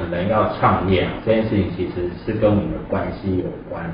们人要创业这件事情其实是跟我们的关系有关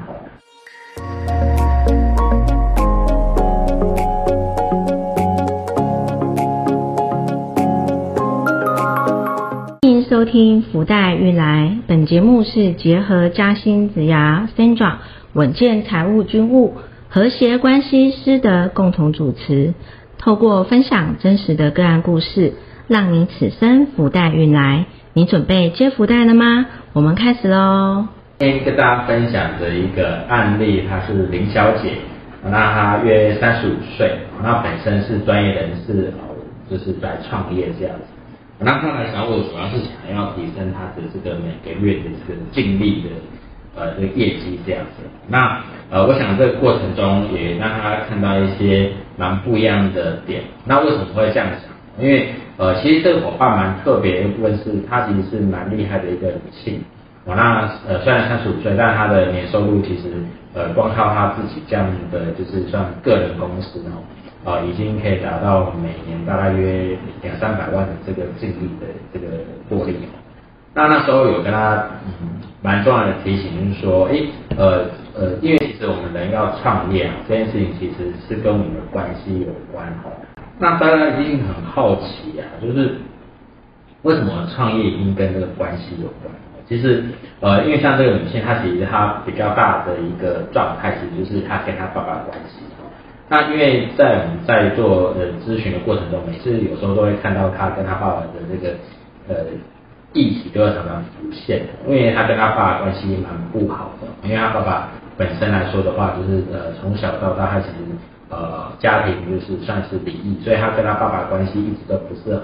欢迎收听福袋运来，本节目是结合嘉兴职涯 Sandra 稳健财务军务和谐关系师的共同主持，透过分享真实的个案故事，让你此生福袋运来。你准备接福袋了吗？我们开始咯。 今天跟大家分享的一个案例，她是林小姐，那她约35岁，那本身是专业人士，就是在创业这样子。那她来找我主要是想要提升她的这个每个月的这个净利的这个业绩这样子。那我想这个过程中也让她看到一些蛮不一样的点。那为什么会这样想？因为其实这个伙伴蛮特别的部分是，她其实是蛮厉害的一个女性。那虽然35岁，但她的年收入其实光靠她自己这样的就是算个人公司已经可以达到每年大概约200-300万的这个净利的这个获利。那时候有跟她蛮重要的提醒，就是说，因为其实我们人要创业这件事情其实是跟我们的关系有关那大家一定很好奇就是为什么创业一定跟这个关系有关？其实因为像这个女性，她其实她比较大的一个状态，其实就是她跟她爸爸的关系。那因为在我们在做咨询的过程中，每次有时候都会看到她跟她爸爸的这个议题都会常常浮现，因为她跟她爸爸关系蛮不好的，因为她爸爸本身来说的话，就是从小到大他其实家庭就是算是离异，所以他跟他爸爸关系一直都不是很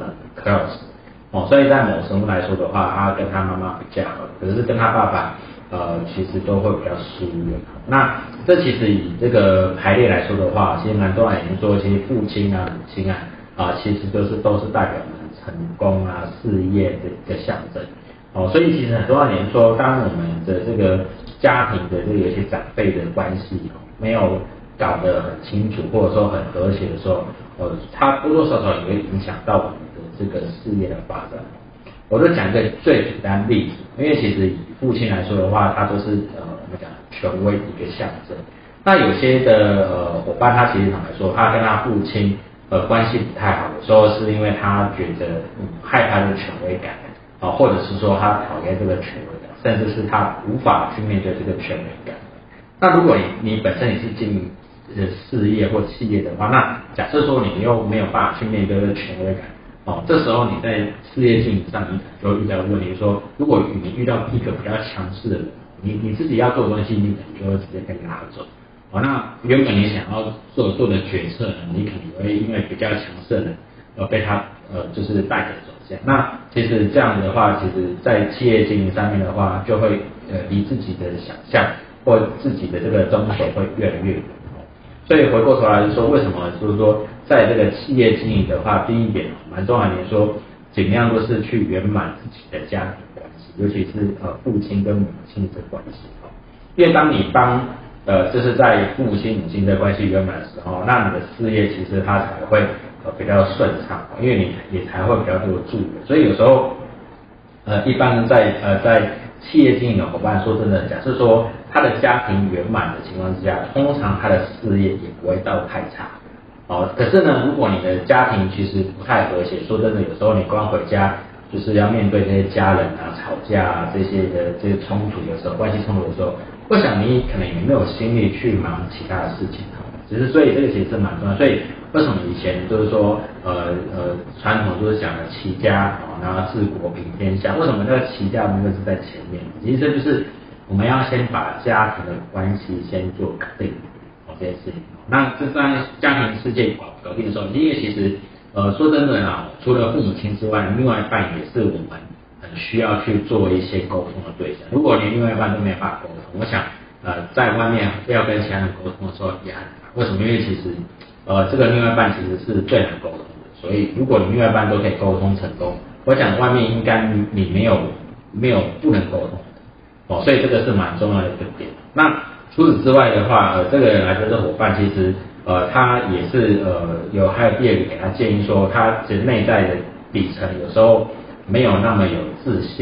close 所以在某程度来说的话，他跟他妈妈比较好，可是跟他爸爸其实都会比较疏远。那这其实以这个排列来说的话，其实蛮多人也说，其实父亲母亲其实都是代表我们成功事业的一个象征所以其实很多人说，当我们的这个家庭的这个有些长辈的关系没有搞得很清楚，或者说很和谐的时候，它多多少少也会影响到我们的这个事业的发展。我就讲一个最简单的例子，因为其实以父亲来说的话，他都是我们讲权威的一个象征。那有些的伙伴，他其实坦白说，他跟他父亲关系不太好的时候，是因为他觉得害怕这个权威感或者是说他讨厌这个权威感，甚至是他无法去面对这个权威感。那如果你本身也是经营事业或企业的话，那假设说你又没有办法去面对这个权威感这时候你在事业经营上你就会遇到问题，说如果你遇到一个比较强势的人，你自己要做的东西，你可能就会直接被拉走那原本你想要做的决策呢，你可能会因为比较强势的人被他就是带着走这样。那其实这样的话，其实在企业经营上面的话，就会离自己的想象或自己的这个终点会越来越远所以回过头来就说，为什么就是说在这个企业经营的话，第一点蛮重要的，说尽量都是去圆满自己的家庭关系，尤其是父亲跟母亲的关系因为当你就是在父亲母亲的关系圆满的时候，那你的事业其实它才会比较顺畅因为你也才会比较多的助人。所以有时候一般在企业经营的伙伴，说真的，假设说他的家庭圆满的情况之下，通常他的事业也不会到太差可是呢，如果你的家庭其实不太和谐，说真的，有时候你刚回家就是要面对这些家人吵架这些冲突的时候，关系冲突的时候，我想你可能也没有心力去忙其他的事情只是所以这个其实是蛮重要。所以为什么以前就是说传统就是讲的齐家然后治国平天下，为什么那个齐家部分是在前面？其实这就是我们要先把家庭的关系先做搞定这件事情那这在家庭世界搞定的时候，因为其实说真的除了父母亲之外，另外一半也是我们很需要去做一些沟通的对象。如果连另外一半都没有办法沟通，我想在外面要跟其他人沟通的时候也很难。为什么？因为其实这个另外一半其实是最难沟通的，所以如果你另外一半都可以沟通成功，我想外面应该你没有不能沟通的所以这个是蛮重要的一个点。那除此之外的话，这个人来的这伙伴其实他也是还有第二个给他建议说，他其实内在的底层有时候没有那么有自信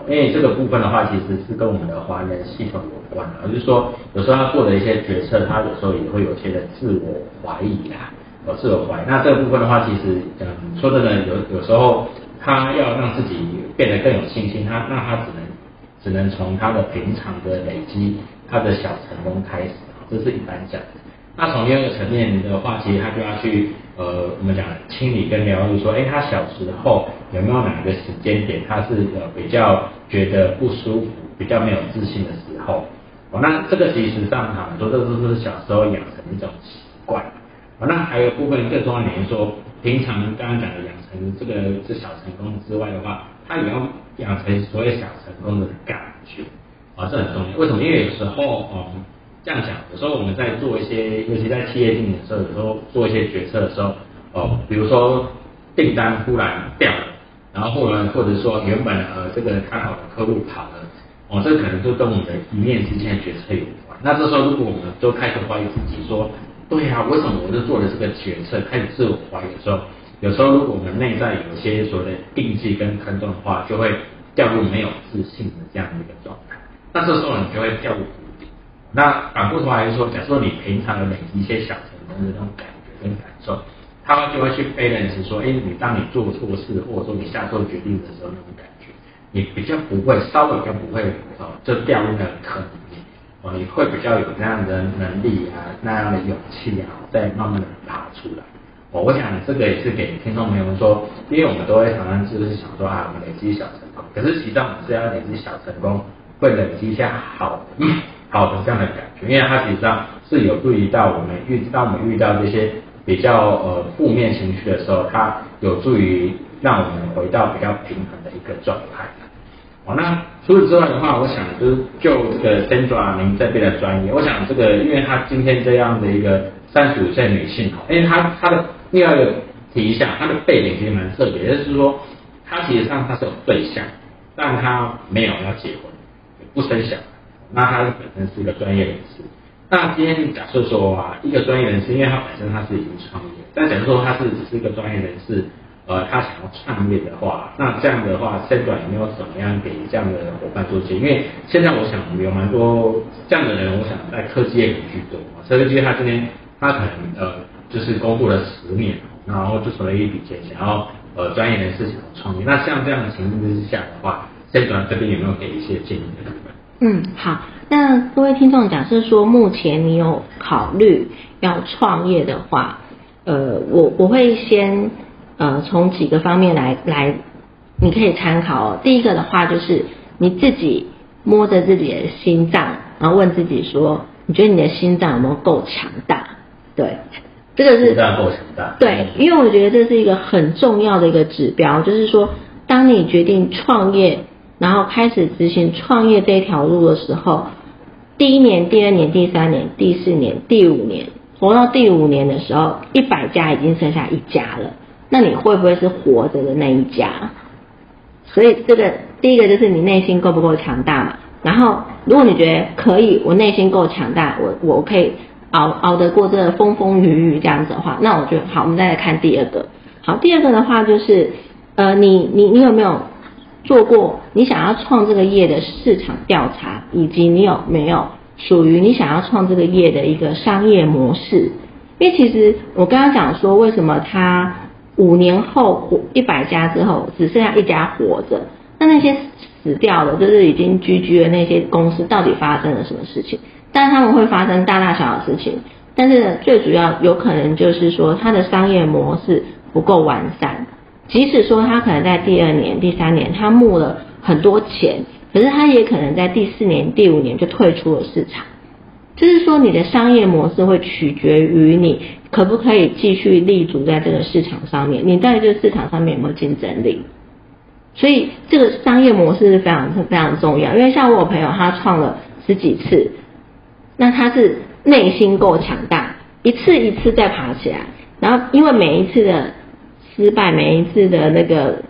因为这个部分的话，其实是跟我们的华人系统有关的，就是说有时候他做的一些决策，他有时候也会有一些的自我怀疑啦，自我怀疑。那这个部分的话，其实说真的，有时候他要让自己变得更有信心，那他只能从他的平常的累积，他的小成功开始，这是一般讲的。那从第二个层面的话，其实他就要去我们讲清理跟疗愈，说，他小时候有没有哪个时间点，他是比较觉得不舒服，比较没有自信的时候。那这个其实上很多这都是小时候养成一种习惯。那还有部分更重要的点是说，平常刚刚讲的养成这小成功之外的话，他也要养成所谓小成功的感觉，这很重要。为什么？因为有时候这样讲，有时候我们在做一些，尤其在企业经营的时候，有时候做一些决策的时候，比如说订单忽然掉了，然后或者说原本这个看好的客户跑了，这可能就跟我们的一念之间的决策有关。那这时候如果我们都开始怀疑自己说，对啊，为什么我就做了这个决策，开始自我怀疑的时候，有时候如果我们内在有一些所谓的印记跟坑洞的话，就会掉入没有自信的这样的一个状态。那这时候你就会掉入谷底。那反过头来说，假设你平常有累积一些小成功的那种感觉跟感受，他就会去 balance 说，你当你做错事或者说你下错决定的时候那种感觉，你比较不会，稍微比较不会就掉入那个坑里面。你会比较有那样的能力啊，那样的勇气啊，再慢慢的爬出来。我想这个也是给听众朋友们说，因为我们都会常常就是想说我们累积小成功，可是实际上我们是要累积小成功，会累积一下好的这样的感觉，因为它实际上是有助于到我们当我们遇到这些比较负面情绪的时候，它有助于让我们回到比较平衡的一个状态。那除此之外的话，我想就这个 Sandra 您这边的专业，我想这个因为她今天这样的一个35岁女性，因为她的另外一个提一下，她的背景其实蛮特别，就是说她其实上她是有对象，但她没有要结婚，也不生小孩，那她本身是一个专业人士。那今天假设说一个专业人士，因为她本身她是已经创业，但假如说她只是一个专业人士。他想要创业的话，那这样的话 ，Sandra 有没有怎么样给这样的伙伴做建议？因为现在我想有蛮多这样的人，我想在科技业里居多。科技业他今天他可能就是工作了10年，然后就存了一笔钱，想要专业人士想要创业。那像这样的情境之下的话 ，Sandra 这边有没有给一些建议的部分？ 好，那各位听众，假设说目前你有考虑要创业的话，我会先。从几个方面来，你可以参考第一个的话就是你自己摸着自己的心脏，然后问自己说，你觉得你的心脏有没有够强大？对，这个是心脏够强大。 对，因为我觉得这是一个很重要的一个指标，就是说，当你决定创业，然后开始执行创业这条路的时候，第1年、第2年、第3年、第4年、第5年，活到第5年的时候，100家已经剩下1家了。那你会不会是活着的那一家？所以这个第一个就是你内心够不够强大嘛。然后如果你觉得可以，我内心够强大，我可以熬得过这个风风雨雨这样子的话，那我觉得好，我们再来看第二个。好，第二个的话就是你有没有做过你想要创这个业的市场调查，以及你有没有属于你想要创这个业的一个商业模式？因为其实我刚刚讲说，为什么他5年后100家之后只剩下1家活着，那些死掉的，就是已经GG的那些公司，到底发生了什么事情？但是他们会发生大大小小的事情，但是最主要有可能就是说它的商业模式不够完善。即使说他可能在第2年、第3年他募了很多钱，可是他也可能在第4年、第5年就退出了市场。就是说你的商业模式会取决于你可不可以继续立足在这个市场上面，你在这个市场上面有没有竞争力。所以这个商业模式是非常非常重要。因为像我有朋友他创了10几次，那他是内心够强大，一次一次再爬起来，然后因为每一次的失败，每一次的那个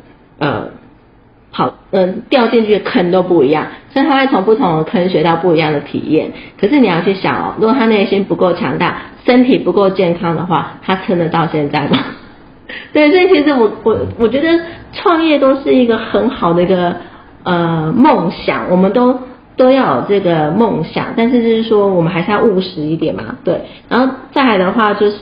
掉进去的坑都不一样，所以他会从不同的坑学到不一样的体验。可是你要去想如果他内心不够强大，身体不够健康的话，他撑得到现在吗？对，所以其实我觉得创业都是一个很好的一个梦想，我们都要有这个梦想，但是就是说我们还是要务实一点嘛，对。然后再来的话就是，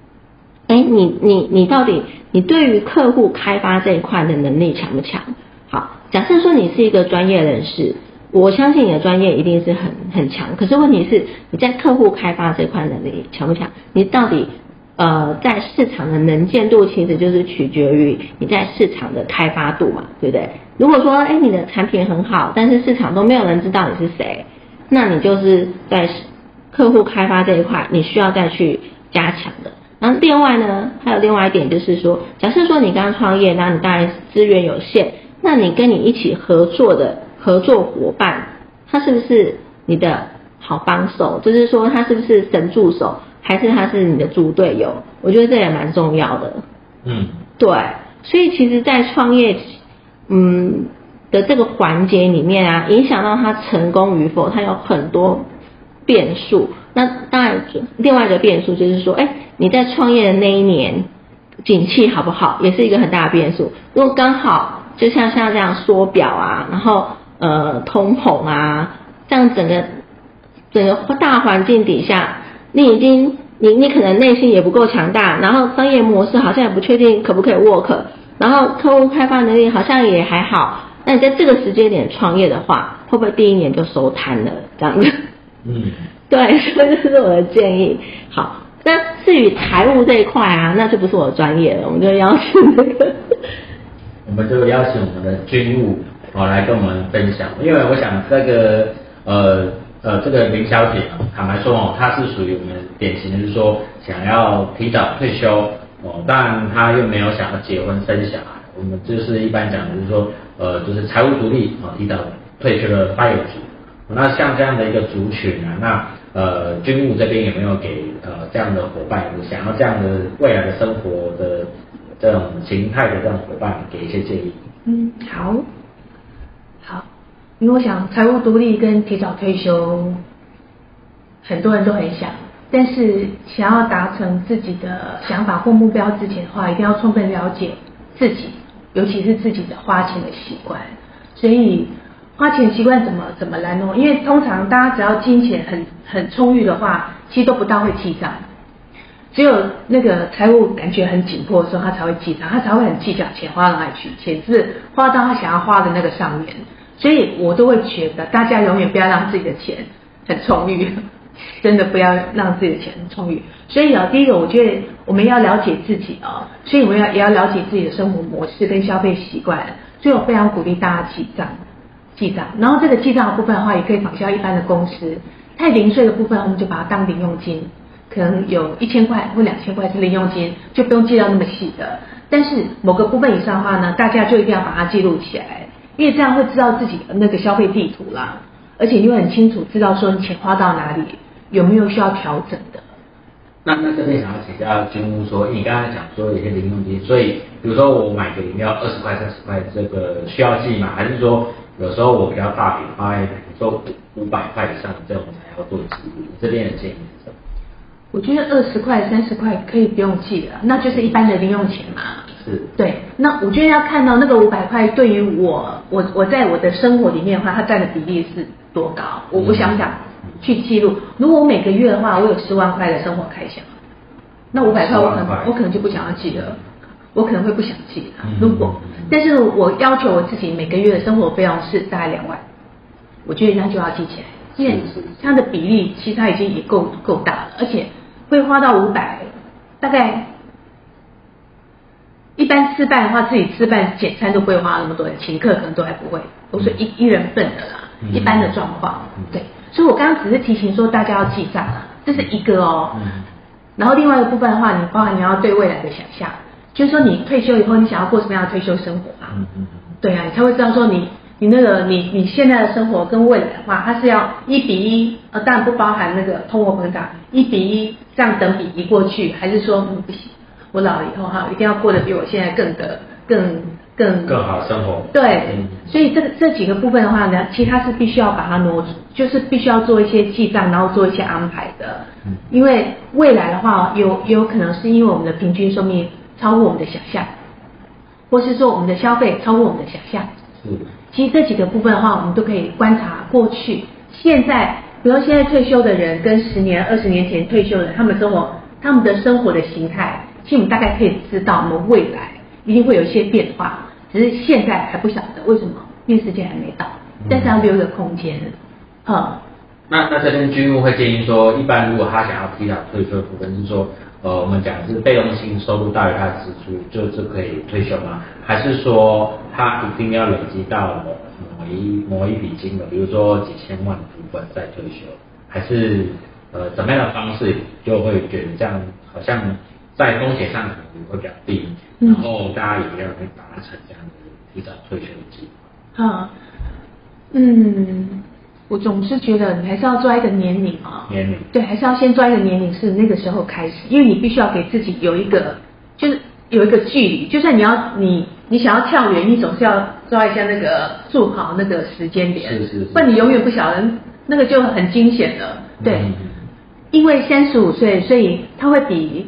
你到底你对于客户开发这一块的能力强不强？好，假设说你是一个专业人士，我相信你的专业一定是很强，可是问题是你在客户开发这块能力强不强？你到底在市场的能见度其实就是取决于你在市场的开发度嘛，对不对？如果说你的产品很好，但是市场都没有人知道你是谁，那你就是在客户开发这一块你需要再去加强的。然后另外呢，还有另外一点就是说，假设说你刚创业，那你当然资源有限，那你跟你一起合作的合作伙伴，他是不是你的好帮手？就是说他是不是神助手，还是他是你的猪队友？我觉得这也蛮重要的。对，所以其实在创业的这个环节里面啊，影响到他成功与否，它有很多变数。那当然另外一个变数就是说，你在创业的那一年景气好不好，也是一个很大的变数。如果刚好就像这样缩表啊，然后通膨啊，这样整个大环境底下，你可能内心也不够强大，然后商业模式好像也不确定可不可以 work， 然后客户开发能力好像也还好，那你在这个时间点创业的话，会不会第一年就收摊了这样子？对，所以这是我的建议。好，那至于财务这一块啊，那就不是我的专业了，我们就邀请我们就邀请我们的军务来跟我们分享，因为我想这个这个林小姐坦白说她是属于我们典型的，就是说想要提早退休当然她又没有想要结婚生小孩，我们就是一般讲的就是说就是财务独立提早退休的发有族。那像这样的一个族群啊，那军务这边有没有给这样的伙伴，想要这样的未来的生活的这种形态的这种伙伴给一些建议？ 好，因为我想财务独立跟提早退休，很多人都很想，但是想要达成自己的想法或目标之前的话，一定要充分了解自己，尤其是自己的花钱的习惯。所以花钱习惯怎么来弄？因为通常大家只要金钱很充裕的话，其实都不大会记账。只有那个财务感觉很紧迫的时候，他才会记账，他才会很计较钱花到哪里去，钱是花到他想要花的那个上面。所以我都会觉得，大家永远不要让自己的钱很充裕，真的不要让自己的钱很充裕。所以第一个我觉得我们要了解自己所以我们也要了解自己的生活模式跟消费习惯。所以我非常鼓励大家记账。然后这个记账的部分的话，也可以仿效一般的公司。太零碎的部分，我们就把它当零用金，可能有1000块或2000块是零用金，就不用记到那么细的。但是某个部分以上的话呢，大家就一定要把它记录起来，因为这样会知道自己的那个消费地图啦，而且你会很清楚知道说你钱花到哪里，有没有需要调整的。 那这边想要请教军务说，你刚才讲说有些零用金，所以比如说我买个饮料20块30块，这个需要记吗？还是说有时候我比较大笔花在说500块以上这种才要做记录？这边的建议是什么？ 我觉得20块30块可以不用记了，那就是一般的零用钱嘛。 是。 对，那我觉得要看到那个500块对于我在我的生活里面的话，它占的比例是多高，我想去记录。如果我每个月的话，我有10万块的生活开销，那500块我可能就不想要记了，我可能会不想记。但是我要求我自己每个月的生活费用是大概2万，我觉得那就要记起来，因为它的比例其实它已经也够大了，而且会花到500，大概一般吃饭的话，自己吃饭简餐都不会花那么多，请客可能都还不会，都是一人份的啦，一般的状况。对，所以我刚刚只是提醒说大家要记账啊，这是一个然后另外一个部分的话，包含你要对未来的想象，就是说你退休以后你想要过什么样的退休生活啊？对啊，你才会知道说你现在的生活跟未来的话，它是要1:1，当然不包含那个通货膨胀，1:1这样等比移过去，还是说不行，我老了以后一定要过得比我现在更好生活。 对，所以这几个部分的话呢，其实它是必须要把它就是必须要做一些记账，然后做一些安排的。因为未来的话，有可能是因为我们的平均寿命超乎我们的想象，或是说我们的消费超乎我们的想象。 其实这几个部分的话，我们都可以观察过去、现在，比如说现在退休的人跟10年、20年前退休的人，他们的生活的形态，其实我们大概可以知道，我们未来一定会有一些变化，只是现在还不晓得为什么，因为时间还没到，但是要留一个空间。 那这边军务会建议说，一般如果他想要提早退休的部分是说，我们讲的是被动性收入大于他的支出，就可以退休吗？还是说他一定要累积到某一笔金额，比如说几千万的部分再退休？还是怎么样的方式就会觉得这样好像在风险上可能会比较低，然后大家也比较容易达成这样的提早退休的计划？ 我总是觉得你还是要抓一个年龄对，还是要先抓一个年龄，是那个时候开始，因为你必须要给自己有一个距离，就算你想要跳远，你总是要抓一下那个助跑那个时间点，不然你永远不晓得，那个就很惊险了。对，因为35岁，所以他会比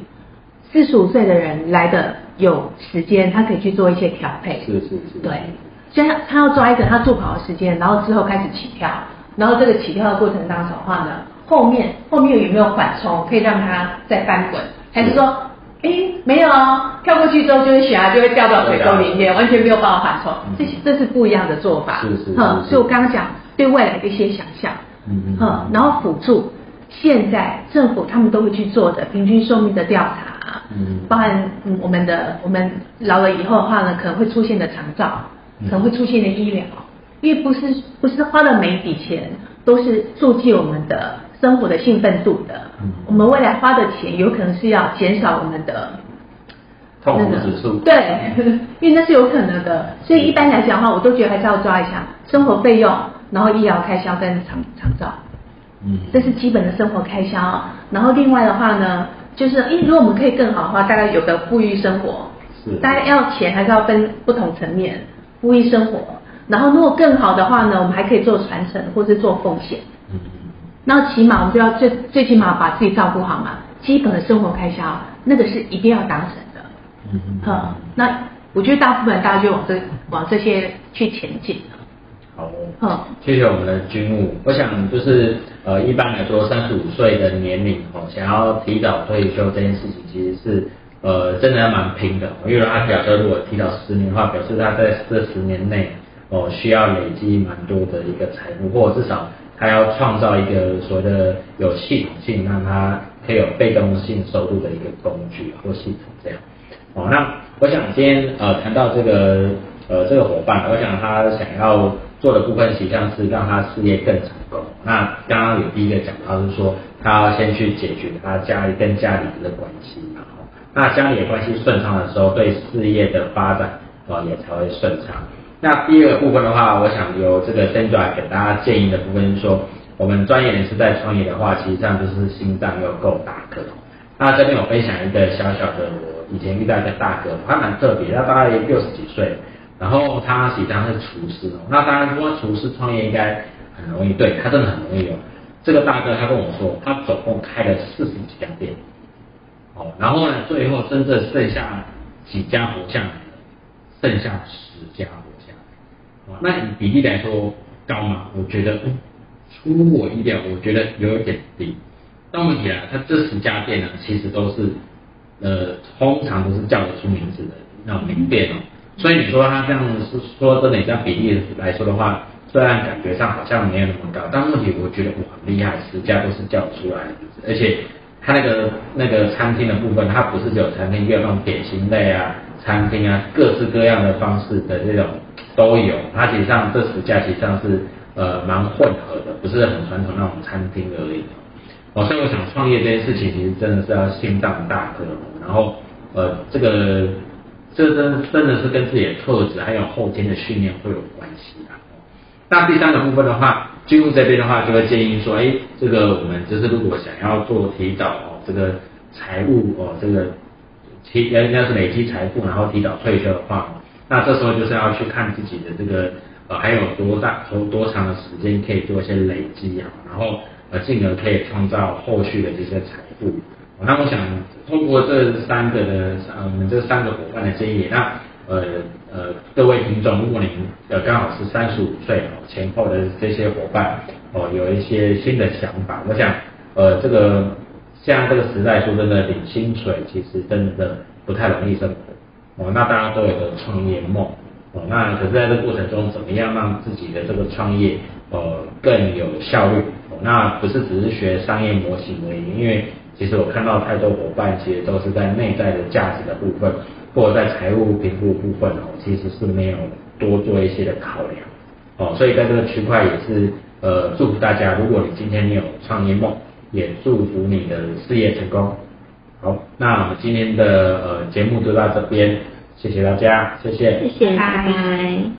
45岁的人来的有时间，他可以去做一些调配。对，所以他要抓一个他助跑的时间，然后之后开始起跳。然后这个起跳的过程当中的话呢，后面有没有缓冲，可以让它再翻滚？还是说，没有跳过去之后就是就会掉到水沟里面，完全没有办法缓冲？这是不一样的做法。所以我刚刚讲对未来的一些想象，然后辅助现在政府他们都会去做的平均寿命的调查，包含我们老了以后的话呢，可能会出现的长照，可能会出现的医疗。因为不是花的每一笔钱都是促进我们的生活的兴奋度的，我们未来花的钱有可能是要减少我们的痛苦指数。 对，因为那是有可能的，所以一般来讲的话，我都觉得还是要抓一下生活费用，然后医疗开销跟长照，这是基本的生活开销。然后另外的话呢，就是如果我们可以更好的话，大概有个富裕生活，大家要钱还是要分不同层面，富裕生活。然后如果更好的话呢，我们还可以做传承或是做奉献。那起码我们就要最起码把自己照顾好嘛，基本的生活开销那个是一定要达成的。那我觉得大部分大家就往这些去前进。 好，谢谢我们的军务。我想就是一般来说35岁的年龄想要提早退休这件事情，其实是真的要蛮拼的。因为他假设如果提早10年的话，表示他在这10年内需要累积蛮多的一个财富，或者至少他要创造一个所谓的有系统性，让他可以有被动性收入的一个工具或系统这样。那我想今天谈到这个伙伴，我想他想要做的部分实际上是让他事业更成功。那刚刚有第一个讲到是说，他要先去解决他跟家里的关系嘛。那家里的关系顺畅的时候，对事业的发展也才会顺畅。那第二个部分的话，我想由这个 Sandra 给大家建议的部分是说，我们专业人士在创业的话，其实上就是心脏要够大颗。那这边我分享一个小小的，我以前遇到一个大哥，他蛮特别，他大概60几岁，然后他实际上是厨师。那当然说厨师创业应该很容易，对，他真的很容易。这个大哥他跟我说，他总共开了40几家店，然后呢，最后真正剩下几家活下来，剩下10家活下来。那以比例来说高吗？我觉得出乎我意料，我觉得有一点低。但问题啊，他这10家店呢，其实都是通常都是叫得出名字的那种名店所以你说他这样是说真的，这样比例来说的话，虽然感觉上好像没有那么高，但问题我觉得很厉害，10家都是叫得出来的名字，而且他那个餐厅的部分，它不是只有餐厅，也有那种点心类啊、餐厅啊，各式各样的方式的这种都有。它其实上这10家其实上是蛮混合的，不是很传统那种餐厅而已。所以我想创业这件事情，其实真的是要心脏大颗，然后这真的是跟自己的特质还有后天的训练会有关系啦。那第3个部分的话，军务这边的话就会建议说，这个我们就是如果想要做提早这个财务这个应该是累积财富，然后提早退休的话，那这时候就是要去看自己的这个还有多长的时间可以做一些累积然后进而可以创造后续的这些财富。那我想通过这3个的我们这3个伙伴的建议，那各位听众，如果您刚好是35岁前后的这些伙伴有一些新的想法，我想这个现在这个时代说真的领薪水其实真的不太容易生活那大家都有个创业梦那可是在这个过程中怎么样让自己的这个创业更有效率那不是只是学商业模型而已，因为其实我看到太多伙伴其实都是在内在的价值的部分或者在财务评估部分其实是没有多做一些的考量所以在这个区块也是祝福大家，如果你今天你有创业梦，也祝福你的事业成功。好，那我们今天的节目就到这边，谢谢大家，谢谢， 谢谢，拜拜。